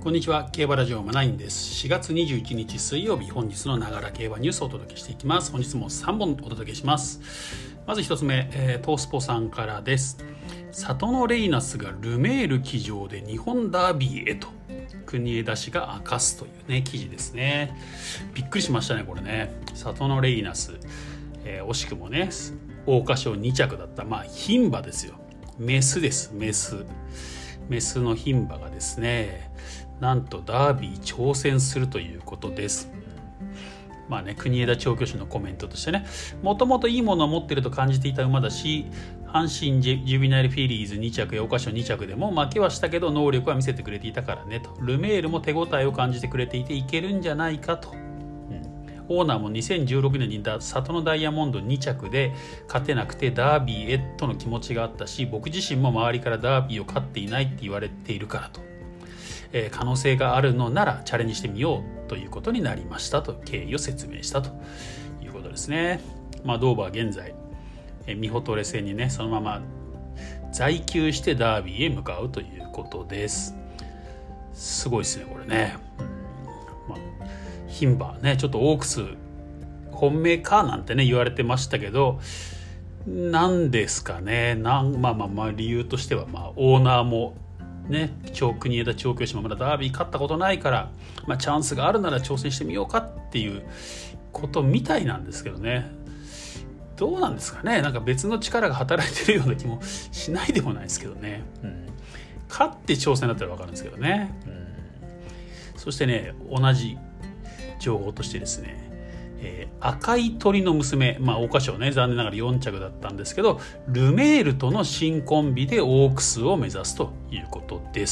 こんにちは、競馬ラジオマナインです。4月21日水曜日、本日のながら競馬ニュースをお届けしていきます。本日も3本お届けします。まず1つ目、トースポさんからです。サトノレイナスがルメール騎乗で日本ダービーへと国枝氏が明かすというね記事ですね。びっくりしましたね、これね。サトノレイナス、惜しくもね桜花賞2着だった、牝馬ですよ。メスです。メスの牝馬がですね、なんとダービー挑戦するということです。国枝調教師のコメントとしてね、もともといいものを持っていると感じていた馬だし、阪神ジュビナイルフィリーズ2着や桜花賞2着でも負けはしたけど能力は見せてくれていたからねと。ルメールも手応えを感じてくれていていけるんじゃないかと。オーナーも2016年にサトノダイヤモンド2着で勝てなくてダービーへとの気持ちがあったし、僕自身も周りからダービーを勝っていないって言われているからと、可能性があるのならチャレンジしてみようということになりましたと経緯を説明したということですね。ドーバー現在ミホトレ戦にねそのまま在休してダービーへ向かうということです。すごいですねこれね。牝馬ね、ちょっとオークス本命かなんてね言われてましたけど、なんですかね、理由としてはオーナーもね、国枝調教師もまだダービー勝ったことないから、チャンスがあるなら挑戦してみようかっていうことみたいなんですけどね。どうなんですかね、なんか別の力が働いてるような気もしないでもないですけどね、勝って挑戦だったら分かるんですけどね、そしてね、同じ情報としてですね、赤い鳥の娘、桜花賞ね残念ながら4着だったんですけど、ルメールとの新コンビでオークスを目指すということです。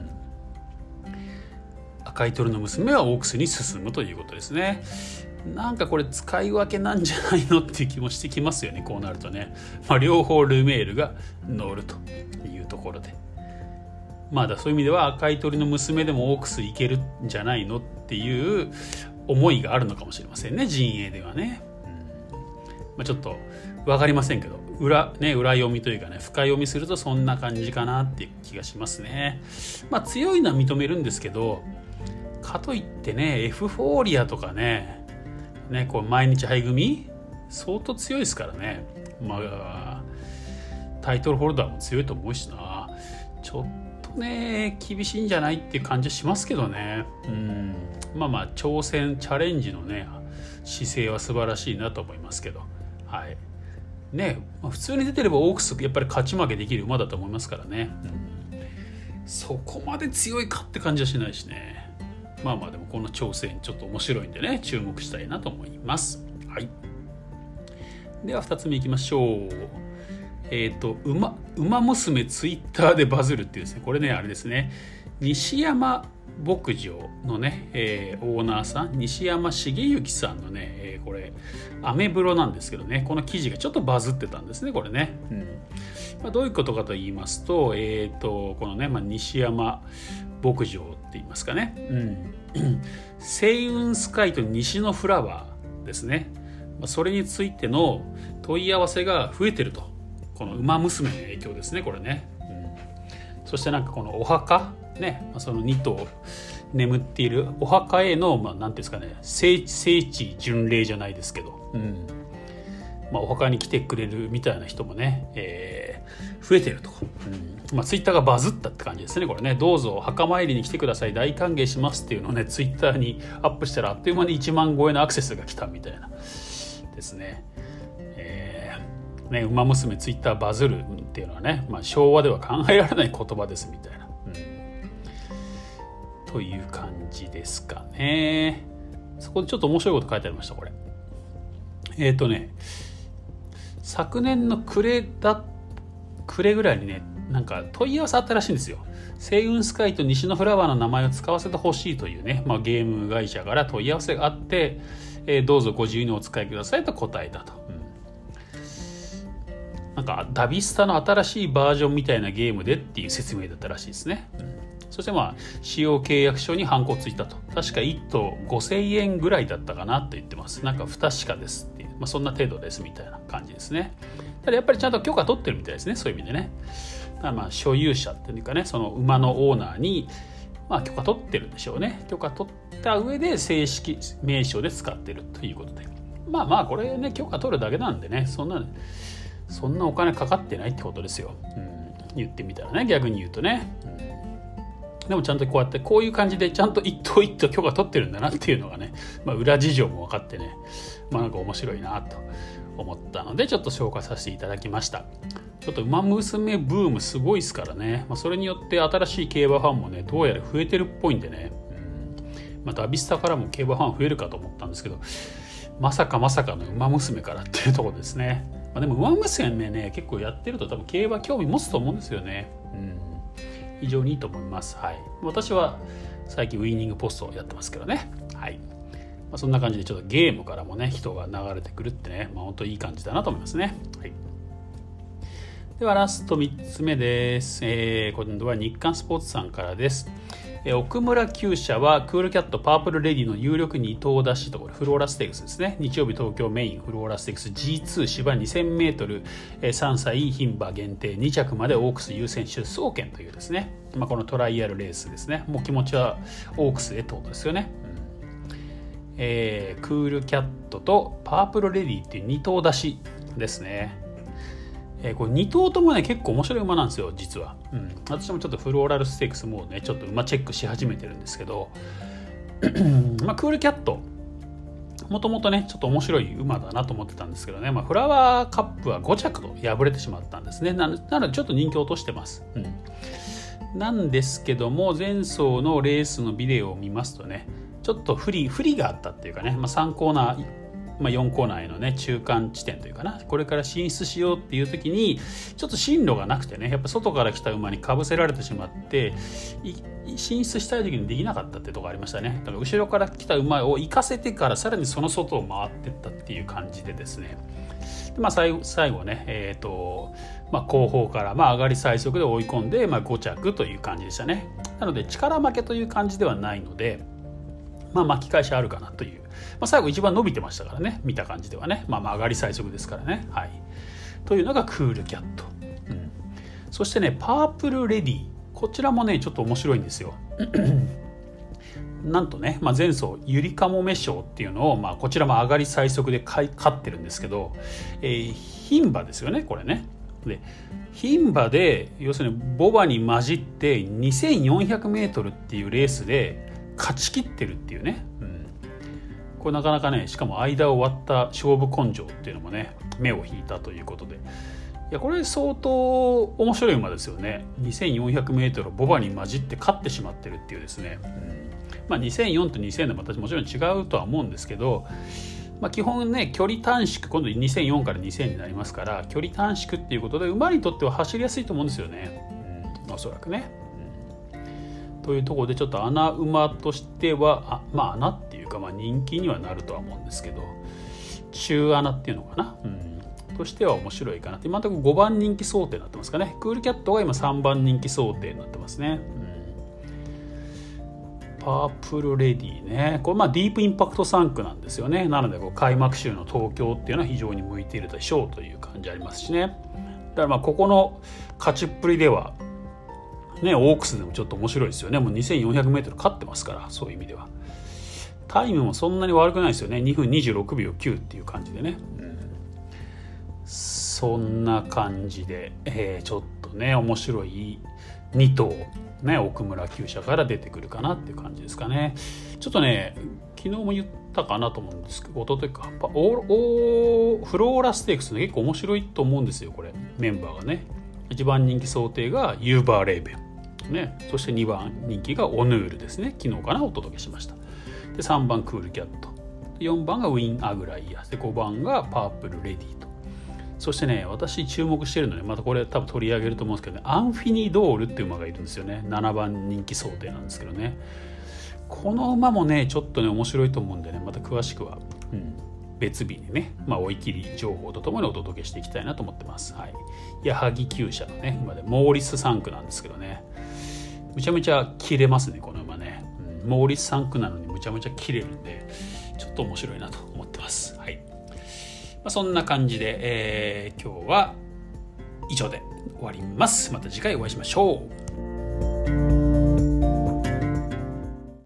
赤い鳥の娘はオークスに進むということですね。なんかこれ使い分けなんじゃないのっていう気もしてきますよね、こうなるとね。両方ルメールが乗るというところで、そういう意味では赤い鳥の娘でもオークス行けるんじゃないのっていう思いがあるのかもしれませんね、陣営ではね。ちょっと分かりませんけど、裏読みというかね、深読みするとそんな感じかなっていう気がしますね。強いのは認めるんですけど、かといってねエフフォーリアとかねこう毎日杯組相当強いですからね。タイトルホルダーも強いと思うしな、ちょっとね厳しいんじゃないっていう感じはしますけどね。挑戦チャレンジのね姿勢は素晴らしいなと思いますけど、普通に出てればオークスやっぱり勝ち負けできる馬だと思いますからね、そこまで強いかって感じはしないしね。でもこの挑戦ちょっと面白いんでね注目したいなと思います。では2つ目いきましょう。馬娘ツイッターでバズるっていうですね、これねあれですね、西山牧場のね、オーナーさん西山茂之さんのね、これアメブロなんですけどね、この記事がちょっとバズってたんですねこれね。どういうことかと言いますと、このね、西山牧場って言いますかね、星雲スカイと西のフラワーですね、それについての問い合わせが増えてると。この馬娘の影響ですねこれね、そしてこのお墓ね、その2頭眠っているお墓へのなんていうんですかね、聖地巡礼じゃないですけど、お墓に来てくれるみたいな人もね、増えてると。ツイッターがバズったって感じですねこれね。どうぞ墓参りに来てください大歓迎しますっていうのをねツイッターにアップしたらあっという間に1万超えのアクセスが来たみたいなですね。馬娘ツイッターバズるっていうのはね、昭和では考えられない言葉ですみたいな、という感じですかね。そこでちょっと面白いこと書いてありましたこれ。昨年の暮れぐらいにね問い合わせあったらしいんですよ。星雲スカイと西のフラワーの名前を使わせてほしいというね、ゲーム会社から問い合わせがあって、どうぞご自由にお使いくださいと答えたと。ダビスタの新しいバージョンみたいなゲームでっていう説明だったらしいですね。そして使用契約書にハンコついたと。確か1頭5000円ぐらいだったかなと言ってます。不確かですっていう、そんな程度ですみたいな感じですね。ただやっぱりちゃんと許可取ってるみたいですね、そういう意味でね。所有者っていうかね、その馬のオーナーに許可取ってるんでしょうね。許可取った上で正式名称で使ってるということで、これね許可取るだけなんでね、そんなお金かかってないってことですよ、言ってみたらね、逆に言うとね、でもちゃんとこうやってこういう感じでちゃんと一頭一頭許可取ってるんだなっていうのがね、裏事情も分かってね、なんか面白いなと思ったのでちょっと紹介させていただきました。ちょっと馬娘ブームすごいですからね、それによって新しい競馬ファンもねどうやら増えてるっぽいんでね、ダビスタからも競馬ファン増えるかと思ったんですけど、まさかの馬娘からっていうところですね。でも馬娘ね結構やってると多分競馬興味持つと思うんですよね。非常にいいと思います。私は最近ウィニングポストをやってますけどね。そんな感じでちょっとゲームからもね人が流れてくるってね、本当いい感じだなと思いますね。ではラスト3つ目です。今度は日刊スポーツさんからです。奥村厩舎はクールキャットパープルレディの有力2頭出しところフローラステークスですね。日曜日東京メインフローラステークス G2 芝 2000m、3歳牝馬限定2着までオークス優先出走権というですね、このトライアルレースですね。もう気持ちはオークスへってことですよね。クールキャットとパープルレディっていう2頭出しですね。これ2頭ともね結構面白い馬なんですよ実は、私もちょっとフローラルステークスもねちょっと馬チェックし始めてるんですけどクールキャットもともとねちょっと面白い馬だなと思ってたんですけどね、フラワーカップは5着と敗れてしまったんですね。なのでちょっと人気落としてます、なんですけども前走のレースのビデオを見ますとねちょっと不利があったっていうかね、3コーナー4コーナーへのね中間地点というかな、これから進出しようっていう時にちょっと進路がなくてね、やっぱ外から来た馬にかぶせられてしまって進出したい時にできなかったってところありましたね。だから後ろから来た馬を行かせてからさらにその外を回っていったっていう感じでですね、で最後ね後方から上がり最速で追い込んで5着という感じでしたね。なので力負けという感じではないので巻き返しあるかなという、最後一番伸びてましたからね、見た感じではね、上がり最速ですからね、というのがクールキャット、そしてねパープルレディ、こちらもねちょっと面白いんですよなんとね、前走ゆりかもめ賞っていうのを、こちらも上がり最速で勝ってるんですけど、牝馬ですよねこれね。で牝馬で要するにボバに混じって 2400m っていうレースで勝ち切ってるっていうね、これなかなかね、しかも間を割った勝負根性っていうのもね目を引いたということで、いやこれ相当面白い馬ですよね。 2400m ボバに混じって勝ってしまってるっていうですね、2004と2000でも私もちろん違うとは思うんですけど、基本ね距離短縮、今度2004から2000になりますから距離短縮っていうことで馬にとっては走りやすいと思うんですよね、おそらくね。というところでちょっと穴馬としては穴っていうか人気にはなるとは思うんですけど、中穴っていうのかな、としては面白いかなって。今のところ5番人気想定になってますかね。クールキャットが今3番人気想定になってますね、パープルレディね、これディープインパクト3区なんですよね。なので開幕週の東京っていうのは非常に向いているでしょうという感じありますしね。だからここの勝ちっぷりではね、オークスでもちょっと面白いですよね。もう 2400m 勝ってますから、そういう意味ではタイムもそんなに悪くないですよね。2分26秒9っていう感じでね、そんな感じで、ちょっとね面白い2頭ね奥村厩舎から出てくるかなっていう感じですかね。ちょっとね昨日も言ったかなと思うんですけど、一昨日かフローラステークス、結構面白いと思うんですよこれ。メンバーがね1番人気想定がユーバーレーベンそして2番人気がオヌールですね。昨日かなお届けしました。で3番クールキャット、4番がウィンアグライア、で5番がパープルレディと。そしてね私注目してるので、またこれ多分取り上げると思うんですけどね、アンフィニドールっていう馬がいるんですよね。7番人気想定なんですけどね、この馬もねちょっとね面白いと思うんでね、また詳しくは、別日にね、追い切り情報とともにお届けしていきたいなと思ってます。矢作厩舎のね馬でモーリス3区なんですけどね、むちゃむちゃ切れますねこの馬ね、モーリス3区なのにむちゃむちゃ切れるんでちょっと面白いなと思ってます。そんな感じで、今日は以上で終わります。また次回お会いしましょう。